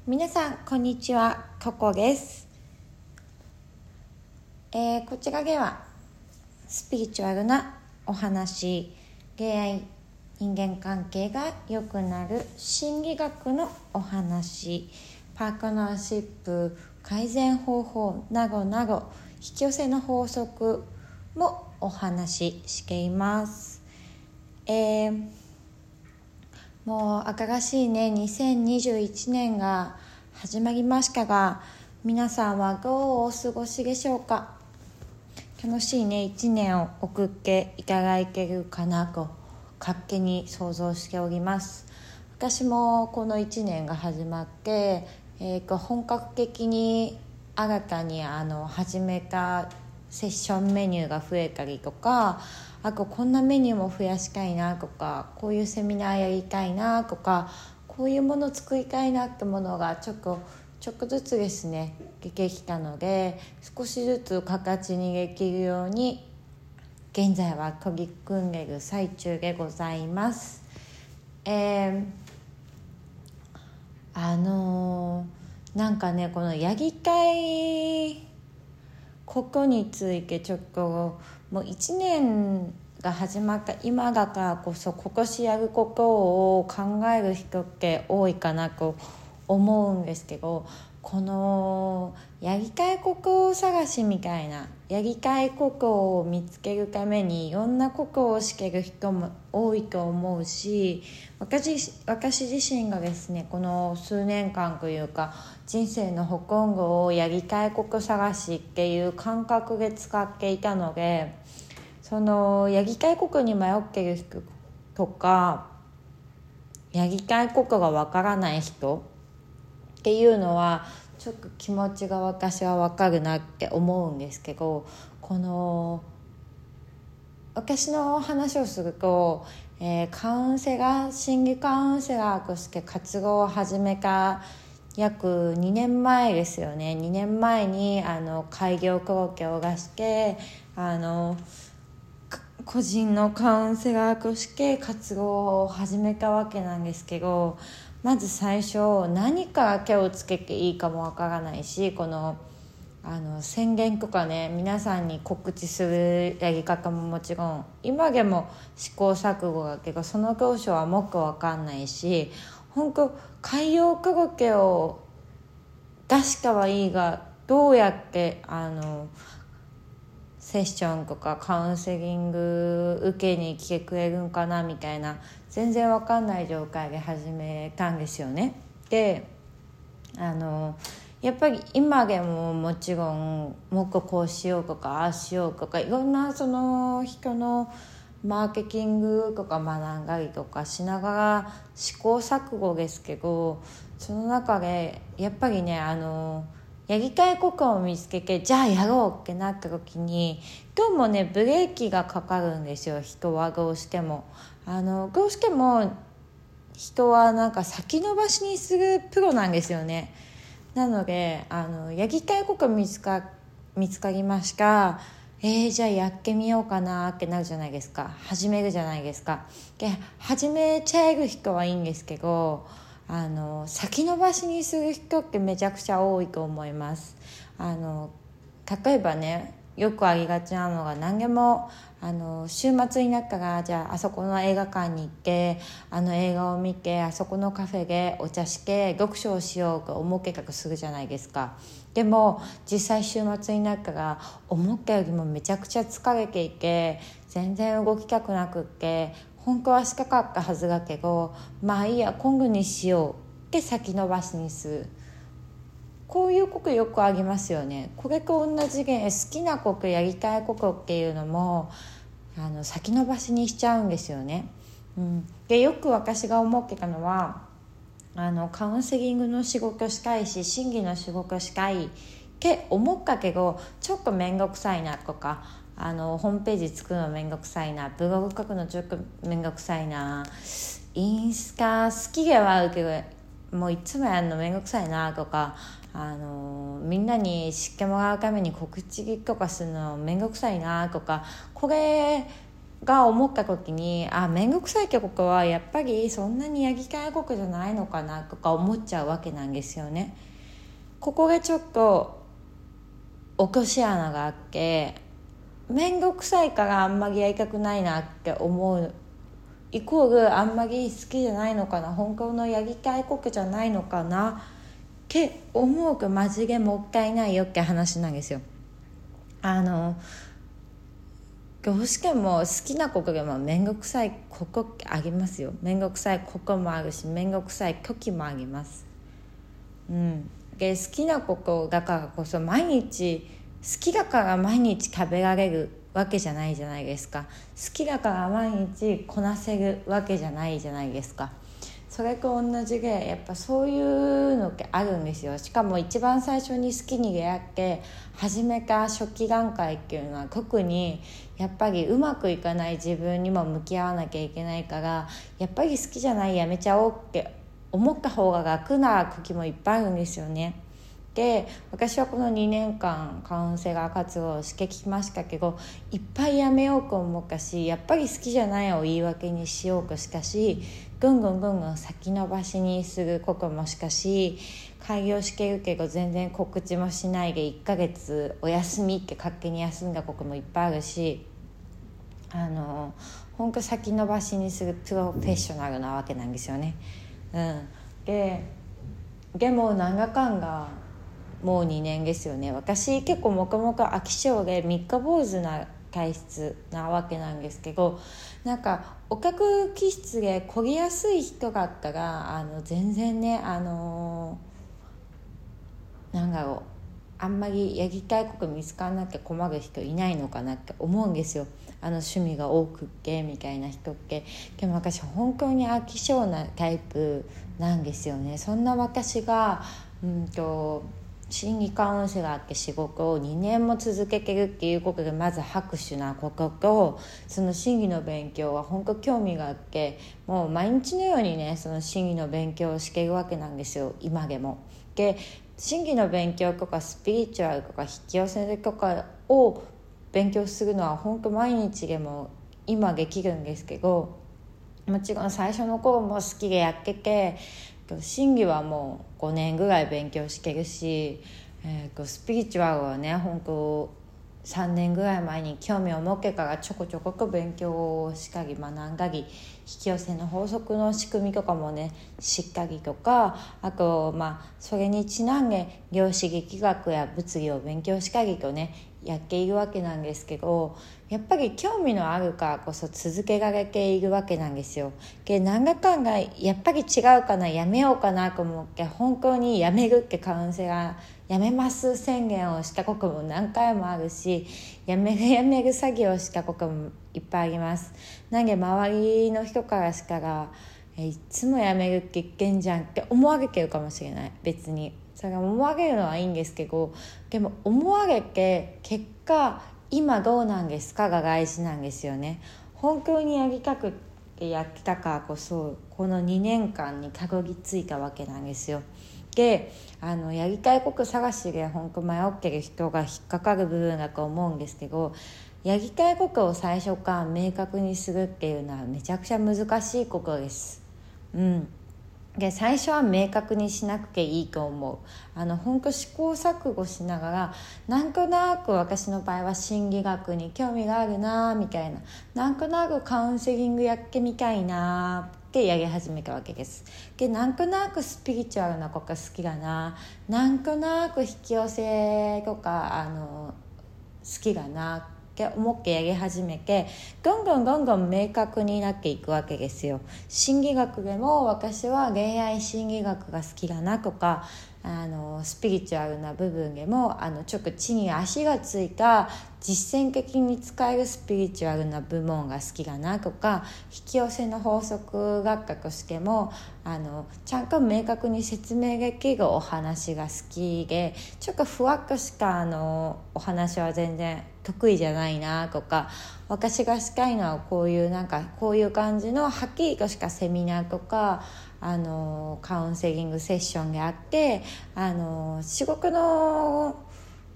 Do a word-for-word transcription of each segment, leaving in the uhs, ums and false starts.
皆さんこんにちは、ココです。えー、こちらではスピリチュアルなお話、恋愛、人間関係が良くなる心理学のお話、パートナーシップ改善方法などなど引き寄せの法則もお話ししています。えーもう新しいねにせんにじゅういちねんが始まりましたが、皆さんはどうお過ごしでしょうか。楽しいねいちねんを送っていただいているかなと勝手に想像しております。私もこのいちねんが始まって、えー、と本格的に新たにあの始めたセッションメニューが増えたりとか、あとこんなメニューも増やしたいなとか、こういうセミナーやりたいなとか、こういうものを作りたいなってものがちょっとちょっとずつですね出てきたので、少しずつ形にできるように現在は取り組んでいる最中でございます。えー、あのー、なんかねこのやりたいことについてちょっともういちねんが始まった今だからこそ今年やることを考える人って多いかなと思うんですけど、このやりたいこと探しみたいな、やりたいことを見つけるためにいろんなことをしてる人も多いと思うし、私, 私自身がですねこの数年間というか人生のほとんどをやりたいこと探しっていう感覚で使っていたので、そのやりたいことに迷ってる人とかやりたいことがわからない人っていうのはちょっと気持ちが私は分かるなって思うんですけど、この私の話をすると、えー、カウンセラー心理カウンセラーとして活動を始めた約にねんまえですよね。にねんまえにあの開業届を出してあの個人のカウンセラーとして活動を始めたわけなんですけど、まず最初何から手をつけていいかもわからないし、このあの宣言とかね皆さんに告知するやり方ももちろん今でも試行錯誤だけど、その当初はもっとわかんないし、本当開業届を出したはいいがどうやってあのセッションとかカウンセリング受けに来てくれるんかなみたいな全然わかんない状態で始めたんですよね。であのやっぱり今でももちろんもっとこうしようとかああしようとかいろんなその人のマーケティングとか学んだりとかしながら試行錯誤ですけど、その中でやっぱりねあのやりたいことを見つけてじゃあやろうってなった時に今日もねブレーキがかかるんですよ。人はどうしてもあのどうしても人はなんか先延ばしにするプロなんですよね。なのであのやりたいこと見つか見つかりました。えー、じゃあやってみようかなってなるじゃないですか。始めるじゃないですか。で始めちゃえる人はいいんですけど、あの先延ばしにする人ってめちゃくちゃ多いと思います。あの例えばねよくありがちなのが何でもあの週末になったらじゃああそこの映画館に行ってあの映画を見てあそこのカフェでお茶して読書をしようと思う計画するじゃないですか。でも実際週末になったら思ったよりもめちゃくちゃ疲れていて全然動きたくなくって本当はしたかったはずだけどまあいいや今度にしようって先延ばしにする。こういうことよくありますよね。これと同じで好きなことやりたいことっていうのもあの先延ばしにしちゃうんですよね、うん、でよく私が思ってたのはあのカウンセリングの仕事したいし心理の仕事したいって思ったけどちょっと面倒くさいなとかあのホームページ作るの面倒くさいな、ブログ書くのちょっと面倒くさいな、インスタ好きではあるけどもういつもやるの面倒くさいなとか、あのみんなに知ってもらうために告知とかするの面倒くさいなとか、これが思った時に、あ、面倒くさいってことはやっぱりそんなにやりたいことじゃないのかなとか思っちゃうわけなんですよね。ここがちょっと落とし穴があって、面倒くさいからあんまりやりたくないなって思うイコールあんまり好きじゃないのかな、本当のやりたいことじゃないのかなって思うとマジでもったいないよって話なんですよ。あのどうしても好きなことでも面倒くさいことってありますよ。面倒くさいこともあるし、面倒くさい時もあります。うん、で好きなことだからこそ毎日好きだから毎日食べられるわけじゃないじゃないですか。好きだから毎日こなせるわけじゃないじゃないですか。それと同じでやっぱそういうのってあるんですよ。しかも一番最初に好きに出会って始めた初期段階っていうのは特にやっぱりうまくいかない自分にも向き合わなきゃいけないから、やっぱり好きじゃない、やめちゃおうって思った方が楽な時もいっぱいあるんですよね。で私はこのにねんかんカウンセラー活動をしてきましたけど、いっぱいやめようと思ったし、やっぱり好きじゃないを言い訳にしようとしたし、ぐんぐんぐんぐん先延ばしにすることもしかし、開業してるけど全然告知もしないでいっかげつお休みって勝手に休んだこともいっぱいあるし、あの本当先延ばしにするプロフェッショナルなわけなんですよね。うん、ででもなんだかんだもうにねんですよね。私結構もともと飽き性で三日坊主な体質なわけなんですけど、なんかお客気質で凝りやすい人だったらあの全然ね、あのー、なんだろう、あんまりやりたいこと見つからなきゃ困る人いないのかなって思うんですよ。あの趣味が多くってみたいな人って。でも私本当に飽き性なタイプなんですよね。そんな私がうんと心理カウンセラーって仕事をにねんも続けてるっていうことでまず拍手なことと、その心理の勉強は本当興味があって、もう毎日のようにねその心理の勉強をしてるわけなんですよ、今でも。で心理の勉強とかスピリチュアルとか引き寄せとかを勉強するのは本当毎日でも今できるんですけど、もちろん最初の頃も好きでやってて、心理はもうごねんぐらい勉強してるし、えー、スピリチュアルはね本当さんねんぐらい前に興味を持ってからちょこちょこく勉強をしっかり学んだり、引き寄せの法則の仕組みとかもねしっかりとか、あとまあそれにちなんで量子力学や物理を勉強しっかりとねやっているわけなんですけど、やっぱり興味のあるからこそ続けられているわけなんですよ。で何らかがやっぱり違うかな、やめようかなと思って本当にやめるってカウンセラーやめます宣言をしたことも何回もあるし、やめるやめる作業をしたこともいっぱいあります。なんで周りの人からしたらえいつもやめるって言ってんじゃんって思われてるかもしれない。別にそれが思われるのはいいんですけど、でも思われて結果今どうなんですかが大事なんですよね。本当にやりたくてやってたからこそこのにねんかんにたどり着いたわけなんですよ。であのやりたいこと探しで本当迷ってる人が引っかかる部分だと思うんですけど、やりたいことを最初から明確にするっていうのはめちゃくちゃ難しいことです。うんで最初は明確にしなくていいと思う。あの本当試行錯誤しながら、なんとなく私の場合は心理学に興味があるなみたいな、なんとなくカウンセリングやってみたいなってやり始めたわけです。でなんとなくスピリチュアルなことが好きだな、なんとなく引き寄せとかあの好きだなって思ってやり始めて、どんどんどんどん明確になっていくわけですよ。心理学でも私は恋愛心理学が好きだなとか、あのスピリチュアルな部分でもあのちょっと地に足がついた実践的に使えるスピリチュアルな部門が好きだなとか、引き寄せの法則学科としてもあのちゃんと明確に説明できるお話が好きで、ちょっとふわっとしかあのお話は全然得意じゃないなとか、私がしたいのはこういうなんかこういう感じのはっきりとしたセミナーとかあのカウンセリングセッションがあって、あの仕事の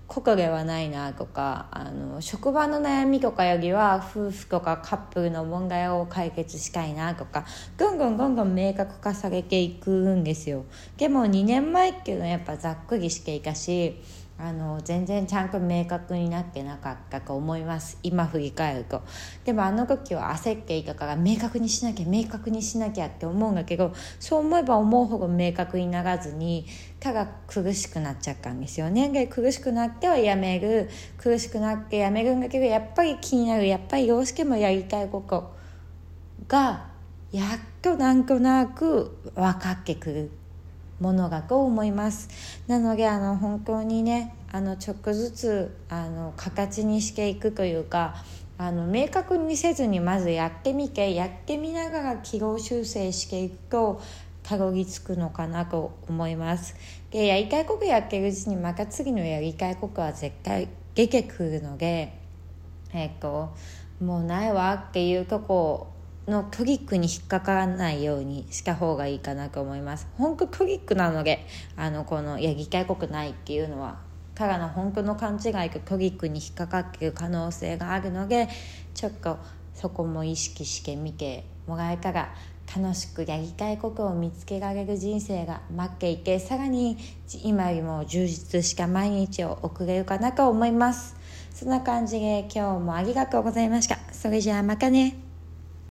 こではないなとか、あの職場の悩みとかよりは夫婦とかカップルの問題を解決したいなとか、ぐんぐんぐんぐん明確化されていくんですよ。でもにねんまえっていうのはやっぱざっくりしていたし、あの全然ちゃんと明確になってなかったと思います、今振り返ると。でもあの時は焦っていたから明確にしなきゃ明確にしなきゃって思うんだけど、そう思えば思うほど明確にならずにただ苦しくなっちゃったんですよね。で苦しくなってはやめる、苦しくなってやめるんだけど、やっぱり気になる、やっぱりどうしてもやりたいことがやっとなんとなく分かってくるものだと思います。なのであの本当にね、あのちょっとずつあの形にしていくというか、あの明確にせずにまずやってみて、やってみながら軌道修正していくとたどり着くのかなと思います。でやりたいことやってるうちにまた次のやりたいことは絶対出てくるので、えっともうないわっていうとこのトリックに引っかからないようにした方がいいかなと思います。本当トリックなので、あのこのやりたいことないっていうのはただの本当の勘違いとトリックに引っかかっている可能性があるので、ちょっとそこも意識してみてもらえたら、楽しくやりたいことを見つけられる人生が待っていて、さらに今よりも充実した毎日を送れるかなと思います。そんな感じで今日もありがとうございました。それじゃあまたね。